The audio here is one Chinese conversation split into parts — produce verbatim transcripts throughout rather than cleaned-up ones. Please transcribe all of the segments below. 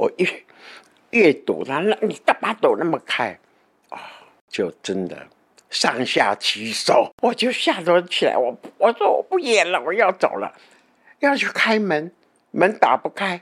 我越越躲他，那你干嘛躲那么开啊？就真的上下其手，我就吓得起来，我我说我不演了，我要走了，要去开门，门打不开。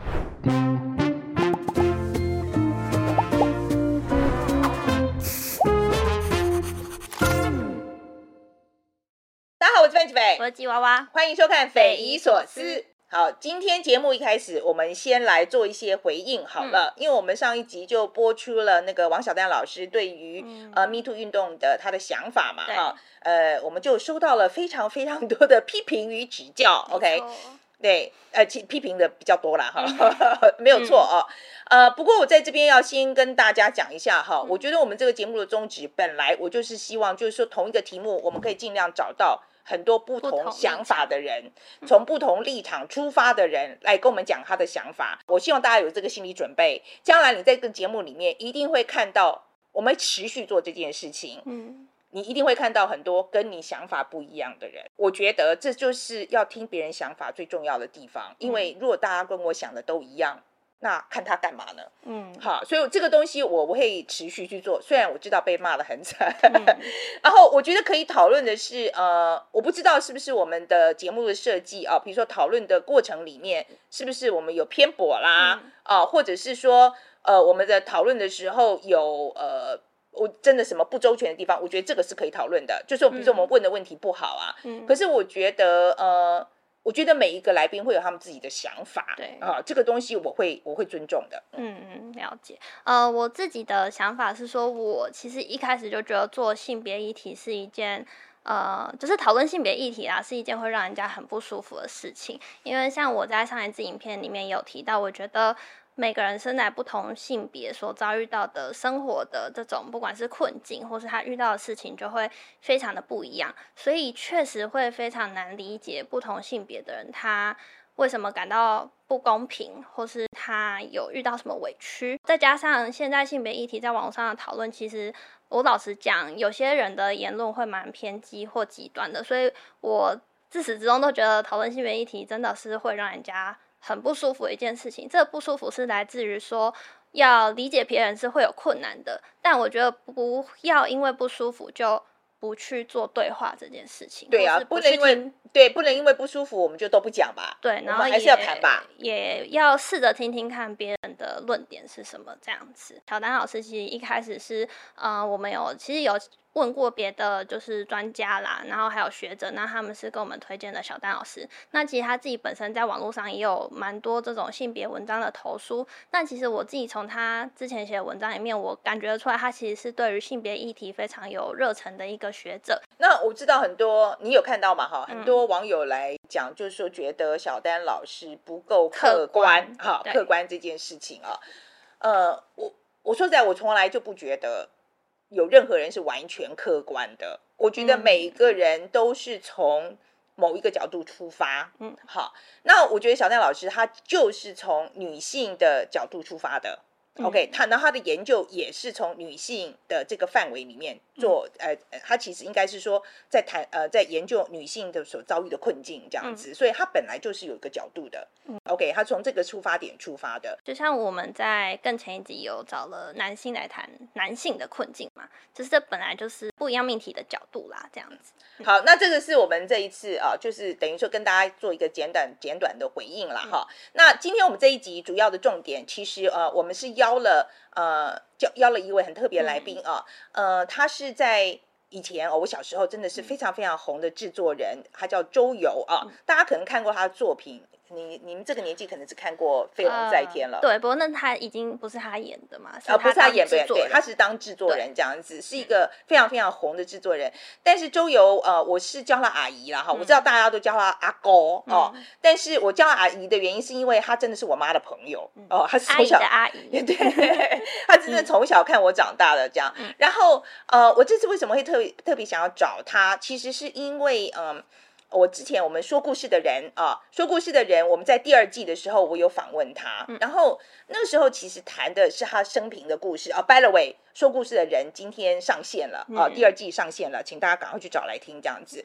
大家好，我是范吉斐， 我是吉娃娃， 欢迎收看《匪夷所思》。好，今天节目一开始，我们先来做一些回应好了，嗯、因为我们上一集就播出了那个王小丹老师对于、嗯、呃 Me Too 运动的他的想法嘛，哈，呃，我们就收到了非常非常多的批评与指教 ，OK， 对，呃，批评的比较多啦，哈，嗯、没有错哦。呃，不过我在这边要先跟大家讲一下哈，嗯、我觉得我们这个节目的宗旨本来我就是希望，就是说同一个题目，我们可以尽量找到很多不同想法的人，从不同立场出发的人来跟我们讲他的想法。我希望大家有这个心理准备，将来你在这个节目里面一定会看到我们持续做这件事情。嗯，你一定会看到很多跟你想法不一样的人。我觉得这就是要听别人想法最重要的地方，因为如果大家跟我想的都一样，那看他干嘛呢？嗯，好，所以这个东西我我会持续去做，虽然我知道被骂得很惨。嗯、然后我觉得可以讨论的是，呃，我不知道是不是我们的节目的设计啊，比如说讨论的过程里面，是不是我们有偏颇啦，嗯、啊，或者是说，呃，我们的讨论的时候有呃。我真的什么不周全的地方，我觉得这个是可以讨论的。就是比如说我们问的问题不好啊，嗯、可是我觉得呃，我觉得每一个来宾会有他们自己的想法，对啊，这个东西我会我会尊重的。 嗯嗯，了解。呃，我自己的想法是说，我其实一开始就觉得做性别议题是一件。呃，就是讨论性别议题啊，是一件会让人家很不舒服的事情。因为像我在上一支影片里面有提到，我觉得每个人生在不同性别所遭遇到的生活的这种不管是困境或是他遇到的事情就会非常的不一样，所以确实会非常难理解不同性别的人他为什么感到不公平，或是他有遇到什么委屈。再加上现在性别议题在网络上的讨论，其实我老实讲有些人的言论会蛮偏激或极端的，所以我自始至终都觉得讨论性别议题真的是会让人家很不舒服的一件事情。这个不舒服是来自于说要理解别人是会有困难的，但我觉得不要因为不舒服就不去做对话这件事情。 对啊， 不, 不能因为对不能因为不舒服我们就都不讲吧。 对，然后还是要谈吧， 也要试着听听看别人的论点是什么这样子。小丹老师其实一开始是呃，我们有其实有问过别的就是专家啦，然后还有学者，那他们是跟我们推荐的小丹老师。那其实他自己本身在网络上也有蛮多这种性别文章的投书。那其实我自己从他之前写的文章里面，我感觉出来他其实是对于性别议题非常有热忱的一个学者。 那我知道很多你有看到嘛哈，很多网友来讲，就是说觉得小丹老师不够客观，哈，客观这件事情啊，呃，我我说实在，我从来就不觉得有任何人是完全客观的。我觉得每个人都是从某一个角度出发，嗯，好，那我觉得小丹老师他就是从女性的角度出发的。OK， 他然后他的研究也是从女性的这个范围里面做，嗯、呃，他其实应该是说在谈呃在研究女性的所遭遇的困境这样子，嗯、所以他本来就是有一个角度的。嗯、OK， 他从这个出发点出发的。 就像我们在更前一集有找了男性来谈男性的困境嘛，就是这本来就是不一样命题的角度啦，这样子。 嗯、好，那这个是我们这一次啊，就是等于说跟大家做一个简短简短的回应啦哈。嗯、那今天我们这一集主要的重点，其实呃我们是邀邀了呃邀邀了一位很特别的来宾啊，呃，他是在以前哦，我小时候真的是非常非常红的制作人，他叫周游啊，大家可能看过他的作品。你你们这个年纪可能只看过《飞龙在天》了， 呃、对，不过那他已经不是他演的嘛， 啊，不是他演的，对，他是当制作人这样子，是一个非常非常红的制作人。但是周游，呃，我是叫他阿姨啦哈，嗯、我知道大家都叫他阿哥哦，嗯、但是我叫他阿姨的原因是因为他真的是我妈的朋友、嗯、哦，他是从小阿姨的阿姨， 对，他真的从小看我长大的这样。嗯、然后呃，我这次为什么会特别特别想要找他，其实是因为嗯。呃我之前我们说故事的人啊，说故事的人，我们在第二季的时候，我有访问他，嗯、然后那个时候其实谈的是他生平的故事啊。By the way， 说故事的人今天上线了啊，第二季上线了，请大家赶快去找来听这样子。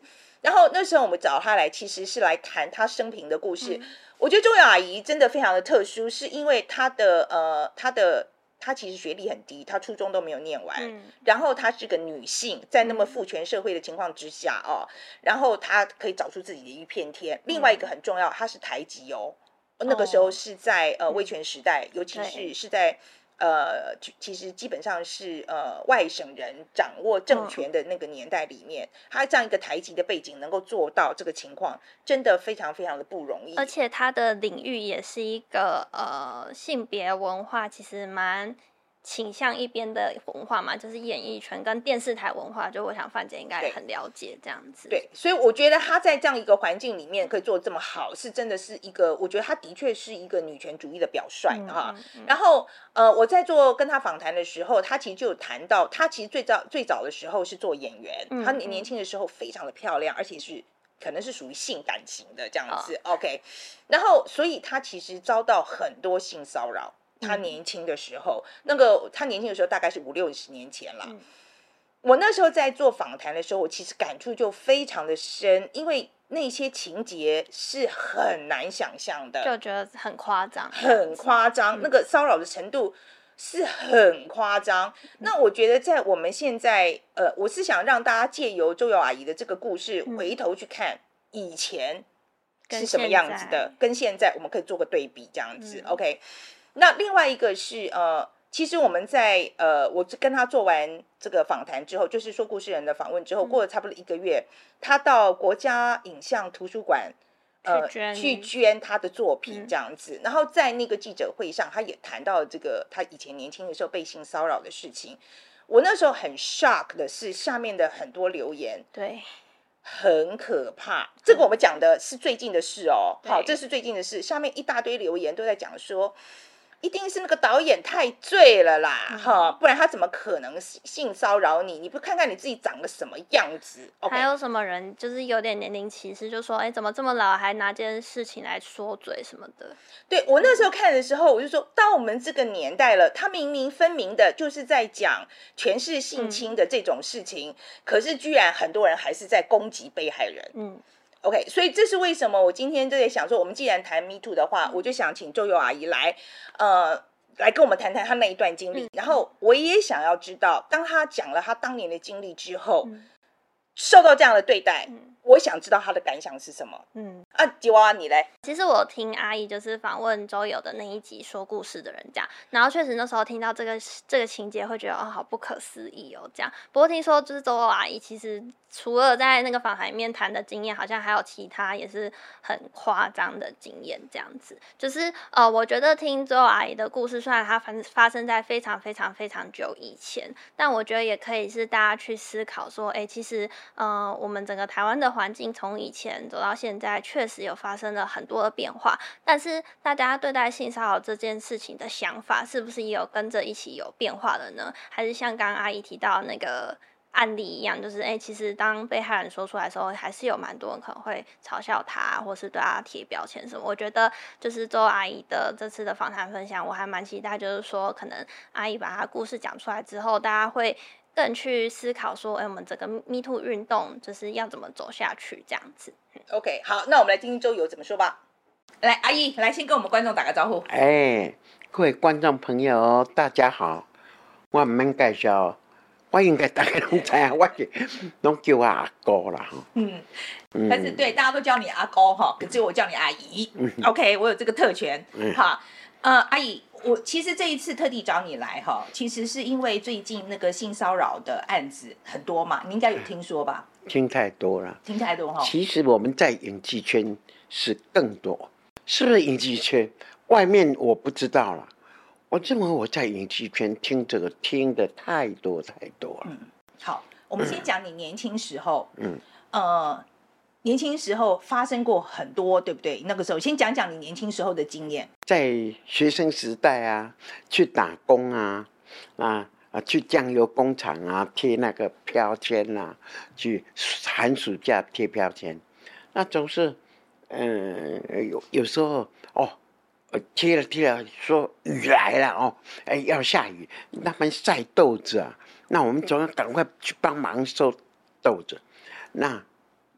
然后那时候我们找他来，其实是来谈他生平的故事。 嗯、 我觉得周游阿姨真的非常的特殊，是因为她的呃，她的她其实学历很低，她初中都没有念完。嗯、然后她是个女性，在那么父权社会的情况之下哦，然后她可以找出自己的一片天。另外一个很重要，她是台籍哦，那个时候是在呃威权时代，尤其是是在。呃，其实基本上是呃外省人掌握政权的那个年代里面，嗯、他这样一个台籍的背景能够做到这个情况，真的非常非常的不容易。 而且他的领域也是一个呃性别文化，其实蛮倾向一边的文化嘛，就是演艺圈跟电视台文化，就我想范姐应该很了解这样子。 对，所以我觉得他在这样一个环境里面可以做得这么好，是真的是一个，我觉得他的确是一个女权主义的表率哈、嗯嗯嗯。然后呃，我在做跟他访谈的时候，他其实就有谈到，他其实最早最早的时候是做演员，嗯嗯，他年轻的时候非常的漂亮，而且是可能是属于性感型的这样子。哦、OK， 然后所以他其实遭到很多性骚扰。他年轻的时候，嗯、那个他年轻的时候大概是五六十年前了。嗯、我那时候在做访谈的时候，我其实感触就非常的深，因为那些情节是很难想象的， 就觉得很夸张， 很夸张，嗯、那个骚扰的程度是很夸张。嗯、那我觉得在我们现在，呃，我是想让大家借由周游阿姨的这个故事，嗯、回头去看以前是什么样子的，跟现在我们可以做个对比，这样子。嗯、OK。那另外一个是呃，其实我们在呃，我跟他做完这个访谈之后，就是说故事人的访问之后，嗯、过了差不多一个月，他到国家影像图书馆呃去捐, 去捐他的作品这样子，嗯、然后在那个记者会上，他也谈到这个他以前年轻的时候被性骚扰的事情。我那时候很 shock 的是下面的很多留言， 对。 很可怕，这个我们讲的是最近的事哦。好，这是最近的事。下面一大堆留言都在讲说，一定是那个导演太醉了啦，嗯、哈，不然他怎么可能性骚扰你？你不看看你自己长得什么样子？ Okay、还有什么人就是有点年龄歧视，就说哎，怎么这么老还拿这件事情来说嘴什么的？ 对，我那时候看的时候，我就说，到我们这个年代了，他明明分明的就是在讲权势性侵的这种事情，嗯、可是居然很多人还是在攻击被害人。嗯。OK， 所以这是为什么我今天就在想说，我们既然谈 Me Too 的话，我就想请周游阿姨来，呃，来跟我们谈谈她那一段经历。嗯、然后我也想要知道，当她讲了她当年的经历之后，嗯、受到这样的对待，嗯、我想知道她的感想是什么。嗯，啊，吉娃娃你嘞？ 其实我听阿姨就是访问周游的那一集说故事的人讲，然后确实那时候听到这个这个情节，会觉得哦，好不可思议哦，这样。不过听说就是周游阿姨其实。除了在那个访谈里面谈的经验，好像还有其他也是很夸张的经验，这样子。就是呃，我觉得听周阿姨的故事，虽然它发生在非常非常非常久以前，但我觉得也可以是大家去思考说，哎，其实呃，我们整个台湾的环境从以前走到现在，确实有发生了很多的变化。但是大家对待性骚扰这件事情的想法，是不是也有跟着一起有变化的呢？还是像刚刚阿姨提到那个案例一样，就是哎、欸，其实当被害人说出来的时候，还是有蛮多人可能会嘲笑他，或是对他贴标签什么。我觉得就是周阿姨的这次的访谈分享，我还蛮期待，就是说可能阿姨把她故事讲出来之后，大家会更去思考说，哎、欸，我们整个 Me Too 运动就是要怎么走下去这样子。 OK， 好，那我们来听听周游怎么说吧。来，阿姨，来先跟我们观众打个招呼。 哎，各位观众朋友，大家好，我唔免介绍。我应该大家都知啊，我是拢叫我阿哥啦。 嗯，但是对大家都叫你阿哥哈，可只有我叫你阿姨。嗯、OK， 我有这个特权。嗯、好，呃，阿姨，我其实这一次特地找你来哈，其实是因为最近那个性骚扰的案子很多嘛，你应该有听说吧？ 听太多了， 听太多哈。 其实我们在演艺圈是更多，是不是演艺圈？外面我不知道了。我认为我在演艺圈听这个听的太多太多了。 嗯，好，我们先讲你年轻时候，嗯，呃，年轻时候发生过很多，对不对？那个时候先讲讲你年轻时候的经验。 在学生时代啊，去打工啊，啊啊，去酱油工厂啊贴那个标签啊，去寒暑假贴标签，那总是，嗯、呃，有有时候哦。贴了贴了，说雨来了哦，哎，要下雨，他们晒豆子啊，那我们总要赶快去帮忙收豆子。那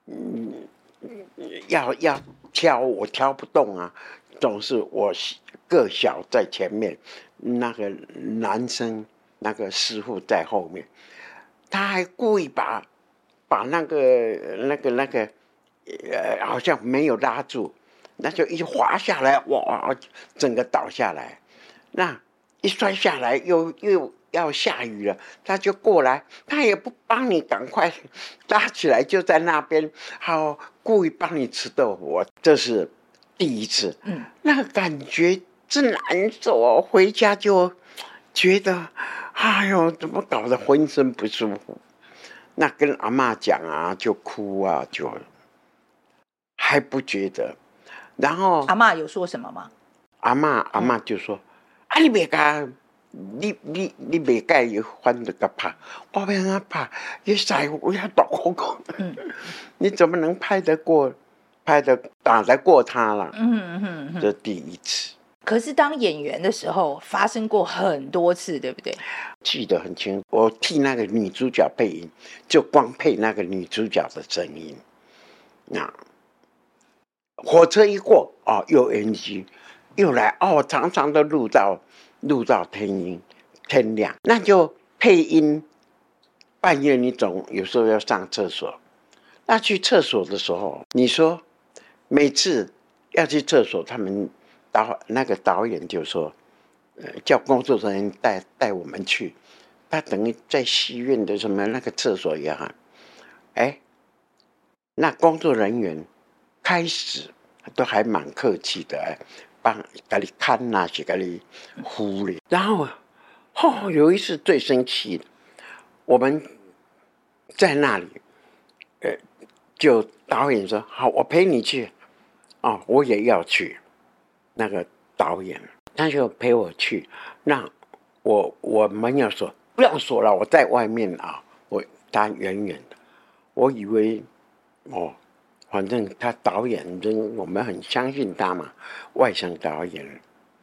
嗯，要要挑我挑不动啊，总是我个小在前面，那个男生那个师傅在后面，他还故意把把那个那个那个呃好像没有拉住，那就一滑下来，哇，整个倒下来，那一摔下来又又要下雨了，他就过来，他也不帮你赶快拉起来，就在那边好故意帮你吃豆腐，这是第一次，嗯，那个感觉真难受哦，回家就觉得，哎呦，怎么搞得浑身不舒服？那跟阿嬷讲啊，就哭啊，就还不觉得。然后阿嬷有说什么吗？ 阿嬷阿嬷就说：“嗯、啊，你别甲，你你你别甲伊翻这个拍，我要他拍，你晒我要打我讲，嗯、你怎么能拍得过，拍得打得过他了？嗯嗯嗯，这第一次。” 可是当演员的时候发生过很多次，对不对？ 记得很清楚，我替那个女主角配音，就光配那个女主角的声音。那火车一过哦，又 N G， 又来哦，常常都录到录到天阴天亮，那就配音。半夜你总有时候要上厕所，那去厕所的时候，你说每次要去厕所，他们。导那个导演就说，呃，叫工作人员带带我们去，他等于在戏院的什么那个厕所一样，哎，那工作人员开始都还蛮客气的，哎，帮给你看呐、啊，是给你呼哩。然后，哦，有一次最生气的，我们在那里，呃，就导演说好，我陪你去，哦，我也要去。那个导演他就陪我去，那我我门要锁，不要锁了，我在外面啊，我他远远的，我以为哦，反正他导演，我们很相信他嘛，外省导演。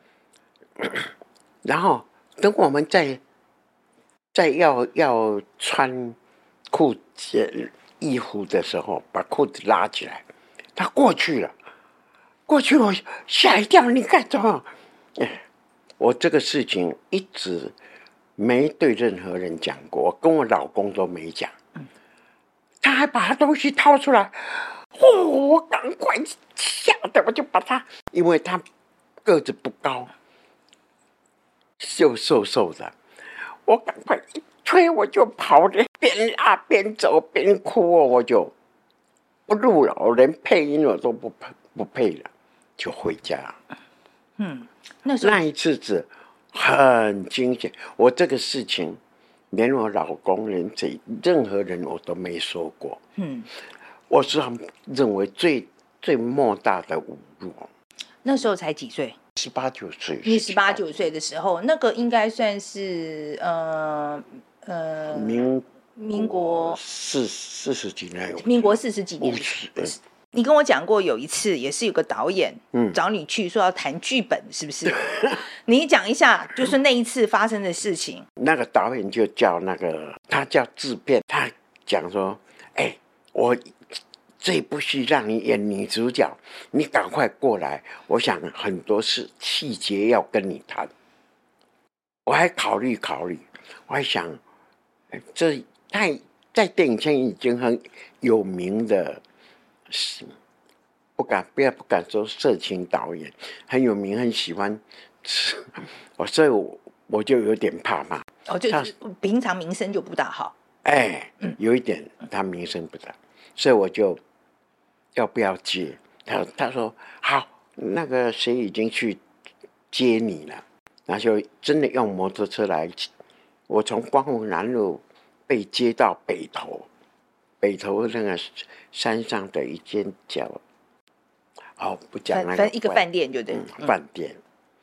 然后等我们在在要要穿裤子衣服的时候，把裤子拉起来，他过去了。过去我吓一跳，你干什么？我这个事情一直没对任何人讲过，我跟我老公都没讲。他还把他东西掏出来，哦，我赶快吓得我就把他，因为他个子不高，又瘦瘦的，我赶快一推我就跑的，边拉边走边哭哦，我就不录了，我连配音我都不不配了。就回家， 嗯，那时候那一次子很惊险。我这个事情，连我老公，连这任何人我都没说过。嗯，我是很认为最最莫大的侮辱。 那时候才几岁？ 十八九岁。 你十八九岁的时候，那个应该算是呃呃民民国四四十几年， 民国四十几年。你跟我讲过有一次也是有个导演找你去说要谈剧本，是不是？你讲一下就是那一次发生的事情。 那个导演就叫那个他叫制片，他讲说，哎、欸，我这部戏让你演女主角，你赶快过来，我想很多事细节要跟你谈。我还考虑考虑，我还想，这太在电影圈已经很有名的。不敢，不要不敢说色情导演，很有名，很喜欢吃，所以我我就有点怕怕。 哦，就是平常名声就不大好。 哎，有一点他名声不大，所以我就要不要接？他他说好，那个谁已经去接你了，然后就真的用摩托车来，我从光复南路被接到北投。北投那个山上的一间叫，哦，不讲那个一个饭店就对， 嗯，饭店。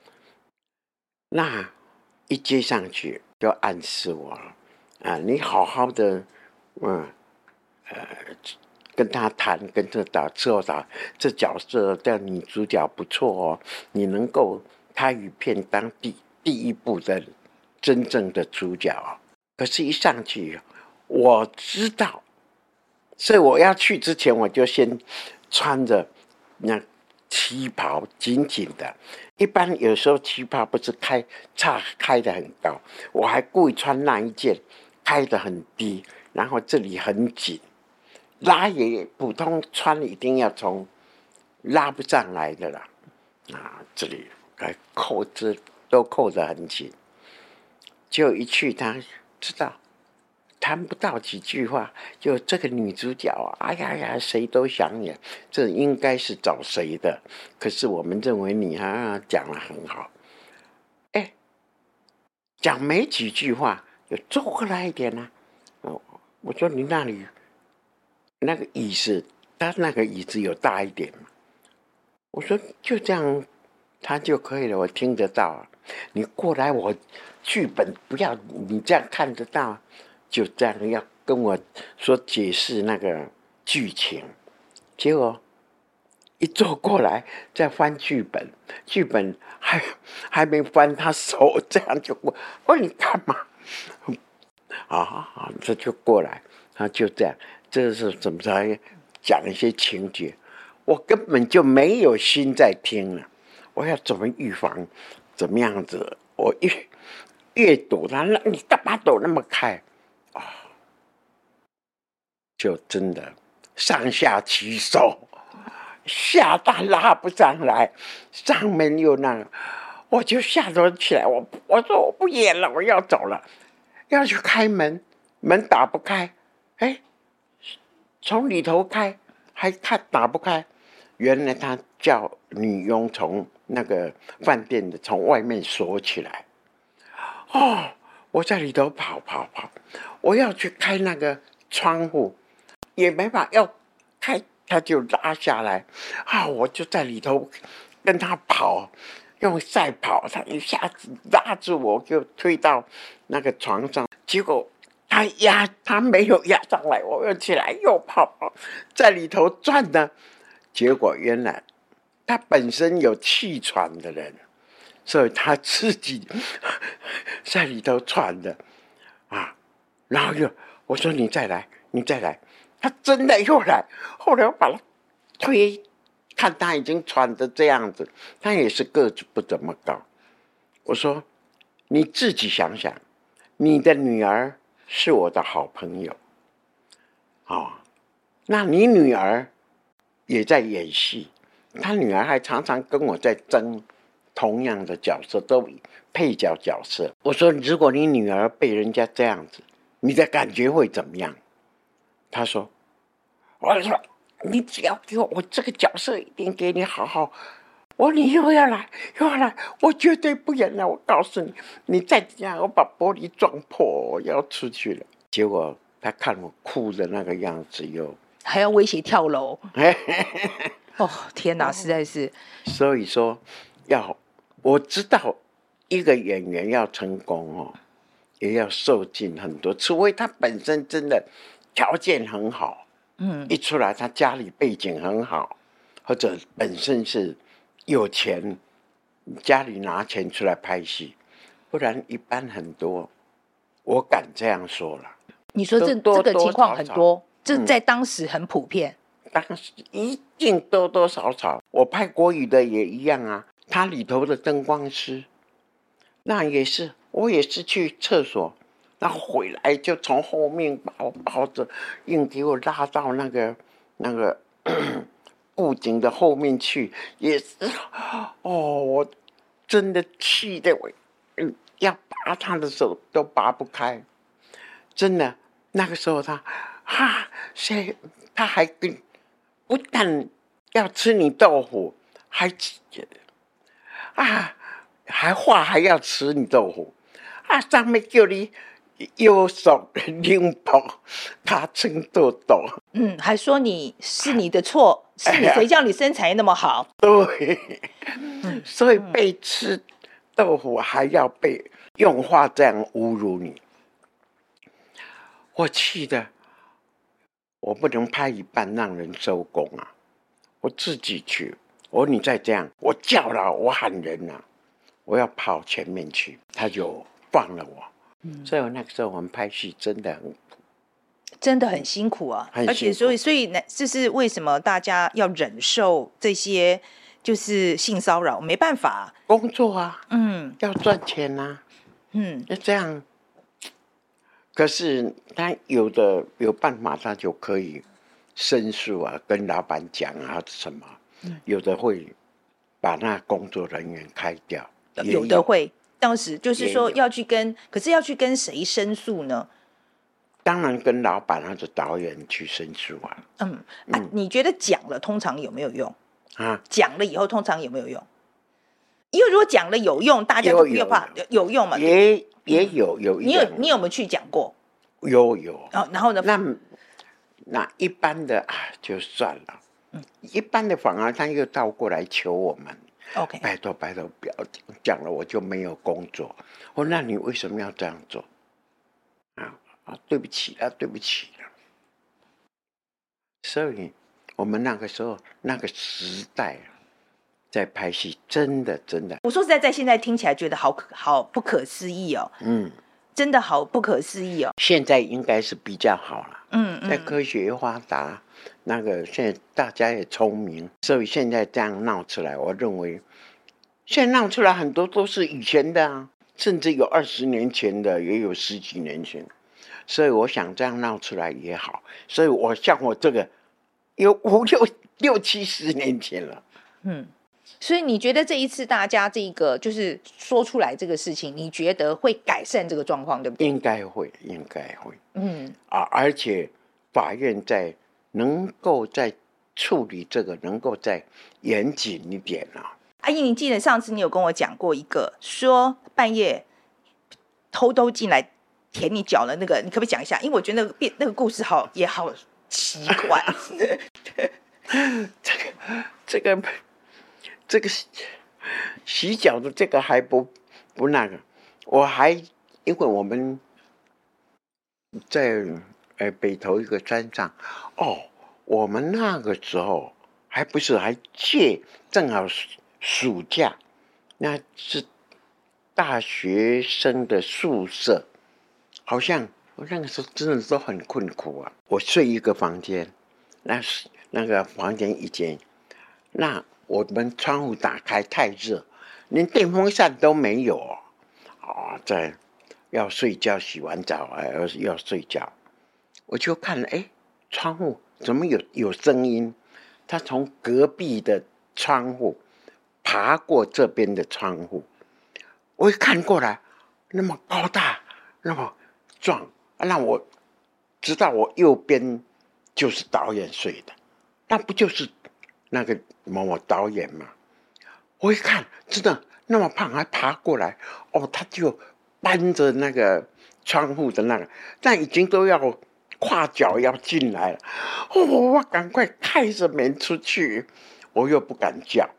那一接上去就暗示我了啊，你好好的，嗯，呃，跟他谈，跟这导之后导这角色的女主角不错哦，你能够他与片当第第一部的真正的主角。可是，一上去我知道。 所以我要去之前，我就先穿着那旗袍紧紧的。一般有时候旗袍不是开叉开得很高，我还故意穿那一件开得很低，然后这里很紧，拉也普通穿一定要从拉不上来的啦。啊，这里还扣子都扣得很紧。就一去，他知道谈不到几句话，就这个女主角啊，哎呀呀，谁都想演，这应该是找谁的？可是我们认为你啊讲得很好，哎，讲没几句话，就坐过来一点啊。哦，我说你那里那个椅子，他那个椅子有大一点嘛？我说就这样，他就可以了，我听得到啊。你过来，我剧本不要你这样看得到，就这样要跟我说解释那个剧情。结果一坐过来，再翻剧本，剧本还还没翻，他手这样就过。我说你干嘛？啊，这就过来，他就这样，这是怎么才讲一些情节？我根本就没有心在听了，我要怎么预防？怎么样子？我越越躲他，那你干嘛躲那么开啊？就真的上下其手，下他拉不上来，上面又那个，我就吓得起来。我我说我不演了，我要走了，要去开门，门打不开，哎，从里头开，还看打不开。原来他叫女佣从那个饭店的从外面锁起来。哦，我在里头跑跑跑，我要去开那个窗户，也没法要开，他就拉下来啊！我就在里头跟他跑，用赛跑，他一下子拉住我，就推到那个床上，结果他压他没有压上来，我又起来又跑跑，在里头转呢。结果原来他本身有气喘的人，所以他自己在里头喘的啊。然后又我说你再来，你再来，他真的又来。后来我把他推，看他已经喘的这样子，他也是个子不怎么高。我说你自己想想，你的女儿是我的好朋友，哦，那你女儿也在演戏，他女儿还常常跟我在争同样的角色，都配角角色。我说如果你女儿被人家这样子，你的感觉会怎么样？他说我说你只要给我我这个角色一定给你好好。我说你又要来又要来，我绝对不演了，我告诉你，你再这样我把玻璃撞破，我要出去了。结果他看我哭的那个样子，又还要威胁跳楼。哦，天哪，实在是。 所以说，要我知道一个演员要成功哦，也要受尽很多，除非他本身真的条件很好，嗯，一出来他家里背景很好，或者本身是有钱，家里拿钱出来拍戏，不然一般很多，我敢这样说了。 你说这多这个情况很多，这嗯在当时很普遍。 当时一定多多少少，我拍国语的也一样啊。他里头的灯光师，那也是，我也是去厕所，然后回来就从后面把我抱着，硬给我拉到那个那个布景的后面去，也是，哦，我真的气得我，嗯，要拔他的手都拔不开，真的。那个时候他，哈，谁他还跟。不但要吃你豆腐，还啊，还话还要吃你豆腐，啊，上面叫你右手拎包，他撑豆豆， 嗯，还说你是你的错，是你谁叫你身材那么好？ 对，所以被吃豆腐还要被用话这样侮辱你，我气的。我不能拍一半让人收工啊！我自己去。我说你再这样，我叫了，我喊人了、啊，我要跑前面去，他就放了我。嗯、所以我那个时候我们拍戏真的很苦。 真的很辛苦啊， 很辛苦而且所以所以呢，这是为什么大家要忍受这些就是性骚扰？没办法， 工作啊， 嗯要赚钱啊， 嗯， 那这样。可是他有的有办法，他就可以申诉啊，跟老板讲啊什么， 嗯有的会把那工作人员开掉，也有的会。当时就是说也有要去跟，可是要去跟谁申诉呢？ 当然跟老板或者导演去申诉啊。 嗯啊，你觉得讲了通常有没有用？ 啊， 讲了以后通常有没有用？因为如果讲了有用，大家都不要怕，有有用嘛？ 也也有有一你有两你有没有去讲过？ 有有， 哦，然后呢？ 那那一般的啊就算了， 嗯一般的反而他又倒过来求我们， OK， 拜托拜托不要讲了，我就没有工作。我说那你为什么要这样做？啊啊，对不起啊，对不起了。所以我们那个时候那个时代啊，在拍戏真的真的， 我说实在，在现在听起来觉得好可好不可思议哦， 嗯， 真的好不可思议哦。 现在应该是比较好了。 嗯在嗯， 科学发达，那个现在大家也聪明，所以现在这样闹出来，我认为现在闹出来很多都是以前的啊，甚至有二十年前的，也有十几年前，所以我想这样闹出来也好。所以我像我这个有五六六七十年前了， 嗯，所以你觉得这一次大家这个就是说出来这个事情，你觉得会改善这个状况，对不对？ 应该会，应该会嗯啊，而且法院在能够在处理这个，能够再严谨一点啊。 阿姨，你记得上次你有跟我讲过一个，说半夜偷偷进来舔你脚的那个，你可不可以讲一下？因为我觉得那个变那个故事好也好奇怪。 这个这个这个洗洗脚的这个还不不那个，我还因为我们在呃北投一个山上，哦，我们那个时候还不是还借正好暑暑假，那是大学生的宿舍，好像我那个时候真的都很困苦啊。我睡一个房间，那是那个房间一间，那我们窗户打开太热，连电风扇都没有哦。哦，在要睡觉，洗完澡啊，要要睡觉，我就看了，哎，窗户怎么有有声音？他从隔壁的窗户爬过这边的窗户，我一看过来，那么高大，那么壮，让我知道我右边就是导演睡的，那不就是那个某某导演吗？我一看，真的那么胖，还爬过来，哦，他就搬着那个窗户的那个，但已经都要跨脚要进来了，哦，我赶快开着门出去，我又不敢叫，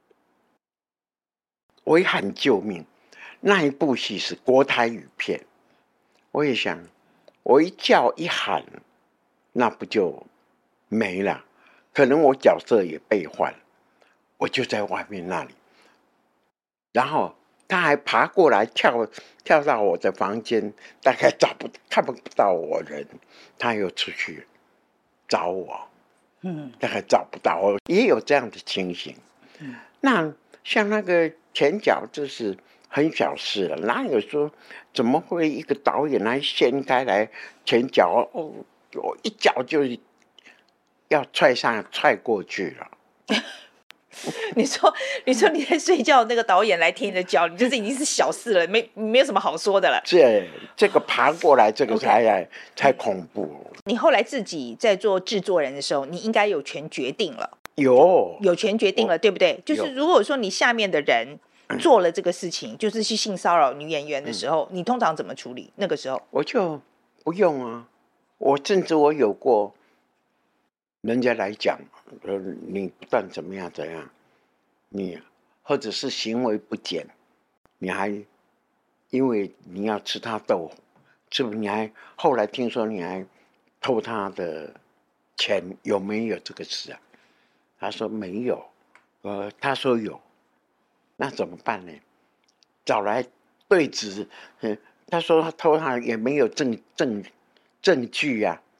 我一喊救命。那一部戏是国台语片，我也想，我一叫一喊，那不就没了？可能我角色也被换，我就在外面那里，然后他还爬过来跳跳到我的房间，大概找不看不到我人，他又出去找我， 嗯大概找不到我，也有这样的情形。 嗯那像那个前脚就是很小事了，哪有说怎么会一个导演来掀开来前脚哦，我一脚就要踹上踹过去了。 你说，你说你在睡觉，那个导演来踢你的脚，你就是已经是小事了，没没有什么好说的了。 这这个爬过来，这个才 OK 才恐怖。 你后来自己在做制作人的时候，你应该有权决定了， 有有权决定了，对不对？就是如果说你下面的人做了这个事情，就是去性骚扰女演员的时候，你通常怎么处理？那个时候， 我就不用啊，我甚至我有过人家来讲，呃，你不但怎么样怎样，你或者是行为不检，你还因为你要吃他豆腐，是不是？你还后来听说你还偷他的钱，有没有这个事啊？他说没有，呃，他说有，那怎么办呢？找来对质，嗯，他说他偷他也没有证证证据啊，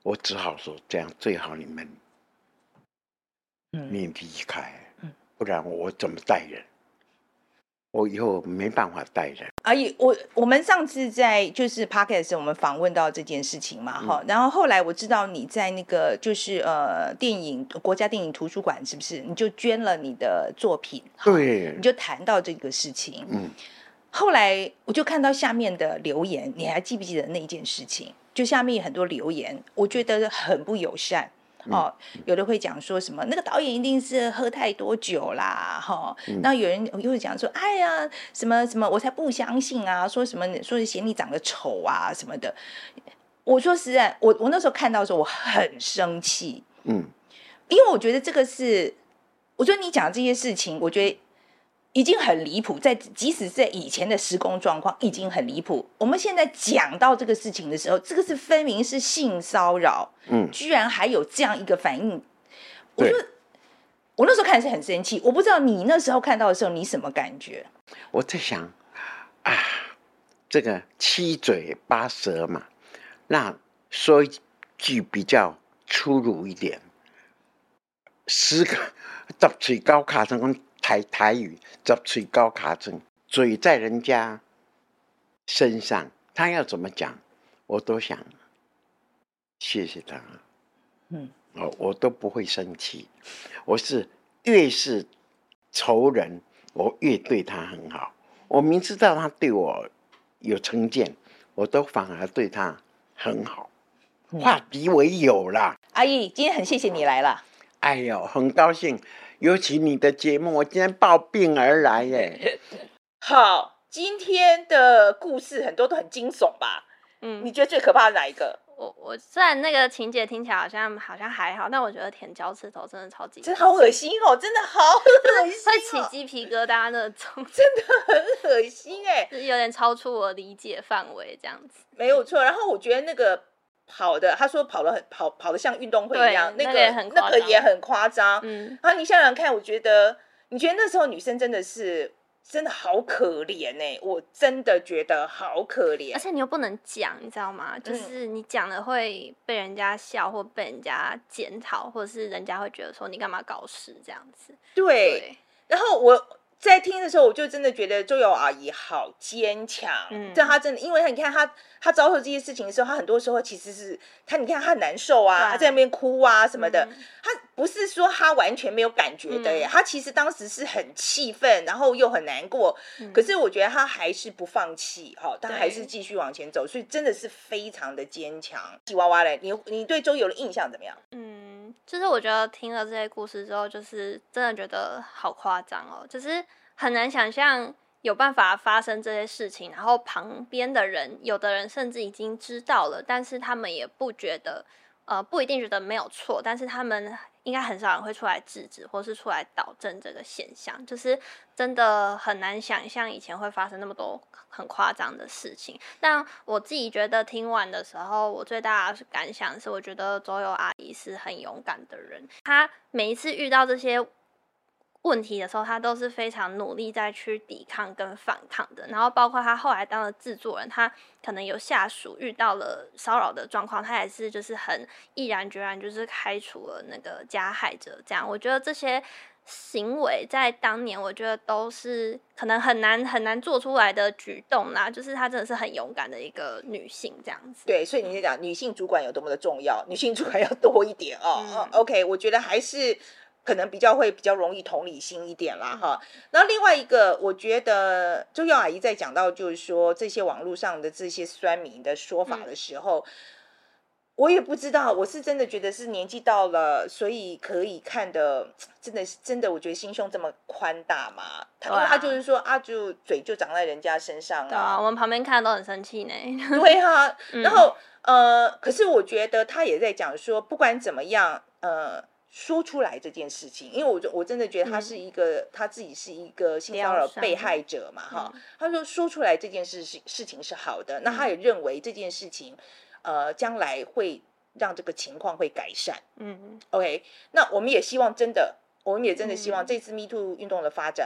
我只好说这样最好你们， 嗯你离开， 嗯不然我怎么带人？我以后没办法带人。 阿姨，我我们上次在就是 podcast 的时候，我们访问到这件事情嘛，哈、 嗯， 然后后来我知道你在那个就是呃电影国家电影图书馆是不是？你就捐了你的作品，哈对你就谈到这个事情。 嗯， 后来我就看到下面的留言，你还记不记得那件事情？就下面很多留言，我觉得很不友善。哦，有的会讲说什么那个导演一定是喝太多酒啦，哈、哦， 嗯然后有人又会讲说，哎呀，什么什么，我才不相信啊，说什么说嫌你长得丑啊什么的。我说实在，我我那时候看到的时候，我很生气， 嗯， 因为我觉得这个是，我觉得你讲这些事情，我觉得已经很离谱，在即使在以前的施工状况已经很离谱，我们现在讲到这个事情的时候，这个是分明是性骚扰， 嗯， 居然还有这样一个反应，我对就我那时候看是很生气，我不知道你那时候看到的时候你什么感觉？ 我在想啊，这个七嘴八舌嘛，那说一句比较粗鲁一点，十个十嘴高卡成讲台台语，十嘴高卡成嘴在人家身上，他要怎么讲，我都想谢谢他， 嗯， 我我都不会生气，我是越是仇人，我越对他很好。我明知道他对我有成见，我都反而对他很好，化敌为友啦。 阿姨，今天很谢谢你来了。 哎呦，很高兴，尤其你的节目，我今天抱病而来耶。 好，今天的故事很多都很惊悚吧？ 嗯， 你觉得最可怕的哪一个？ 我我虽然那个情节听起来好像好像还好，但我觉得舔脚趾头真的超级真的好恶心哦，真的好恶心、 会哦， 起鸡皮疙瘩那种， 真的很恶心哎、 就是有点超出我理解范围这样子。 没有错。然后我觉得那个跑的，他说跑的很跑跑的像运动会一样，那个对那个也很夸张那个也很夸张。 嗯， 然后你想想看，我觉得你觉得那时候女生真的是真的好可怜哎、我真的觉得好可怜而。且你又不能讲，你知道吗？ 嗯就是你讲了会被人家笑，或被人家检讨，或者是人家会觉得说你干嘛搞事这样子。 对， 对， 然后我在听的时候，我就真的觉得周游阿姨好坚强。 嗯这她真的，因为你看她，她遭受这些事情的时候，她很多时候其实是她，你看她很难受啊， 对啊她在那边哭啊什么的。 嗯她不是说她完全没有感觉的耶， 嗯她其实当时是很气愤，然后又很难过。 嗯可是我觉得她还是不放弃，哈、她对还是继续往前走，所以真的是非常的坚强。吉娃娃嘞，你你对周游的印象怎么样？ 嗯，就是我觉得听了这些故事之后，就是真的觉得好夸张哦，就是很难想象有办法发生这些事情，然后旁边的人，有的人甚至已经知道了，但是他们也不觉得，呃，不一定觉得没有错，但是他们应该很少人会出来制止，或是出来导正这个现象，就是真的很难想象以前会发生那么多很夸张的事情。但我自己觉得听完的时候，我最大的感想是，我觉得周游阿姨是很勇敢的人，她每一次遇到这些问题的时候，他都是非常努力在去抵抗跟反抗的。然后包括他后来当了制作人，他可能有下属遇到了骚扰的状况，他也是就是很毅然决然，就是开除了那个加害者。这样，我觉得这些行为在当年，我觉得都是可能很难很难做出来的举动啦。就是她真的是很勇敢的一个女性，这样子。 对，所以你在讲女性主管有多么的重要，女性主管要多一点哦。 嗯哦 OK， 我觉得还是可能比较会比较容易同理心一点啦哈。然后另外一个，我觉得周耀阿姨在讲到就是说这些网络上的这些酸民的说法的时候。嗯我也不知道，我是真的觉得是年纪到了，所以可以看的，真的是真的，我觉得心胸这么宽大嘛。他、 对啊、 因为他就是说啊，就嘴就长在人家身上对啊，我们旁边看都很生气呢。 对啊， 嗯、 然后呃，可是我觉得他也在讲说，不管怎么样，呃，说出来这件事情，因为我我真的觉得他是一个、嗯、他自己是一个性骚扰被害者嘛，哈、嗯，他说说出来这件事事事情是好的，那他也认为这件事情。呃，将来会让这个情况会改善。嗯 ，OK， 那我们也希望真的，我们也真的希望这次 Me Too 运动的发展，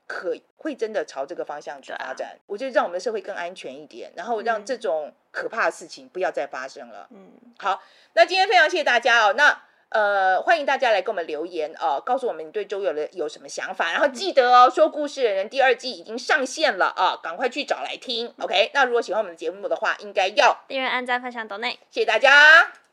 可会真的朝这个方向去发展，啊、我觉得让我们的社会更安全一点，然后让这种可怕的事情不要再发生了。嗯，好，那今天非常谢谢大家哦。那呃，欢迎大家来给我们留言哦、呃，告诉我们你对周游的有什么想法，然后记得哦，说故事的人第二季已经上线了啊，赶快去找来听。OK， 那如果喜欢我们的节目的话，应该要订阅、按赞、分享、抖内， 谢谢大家。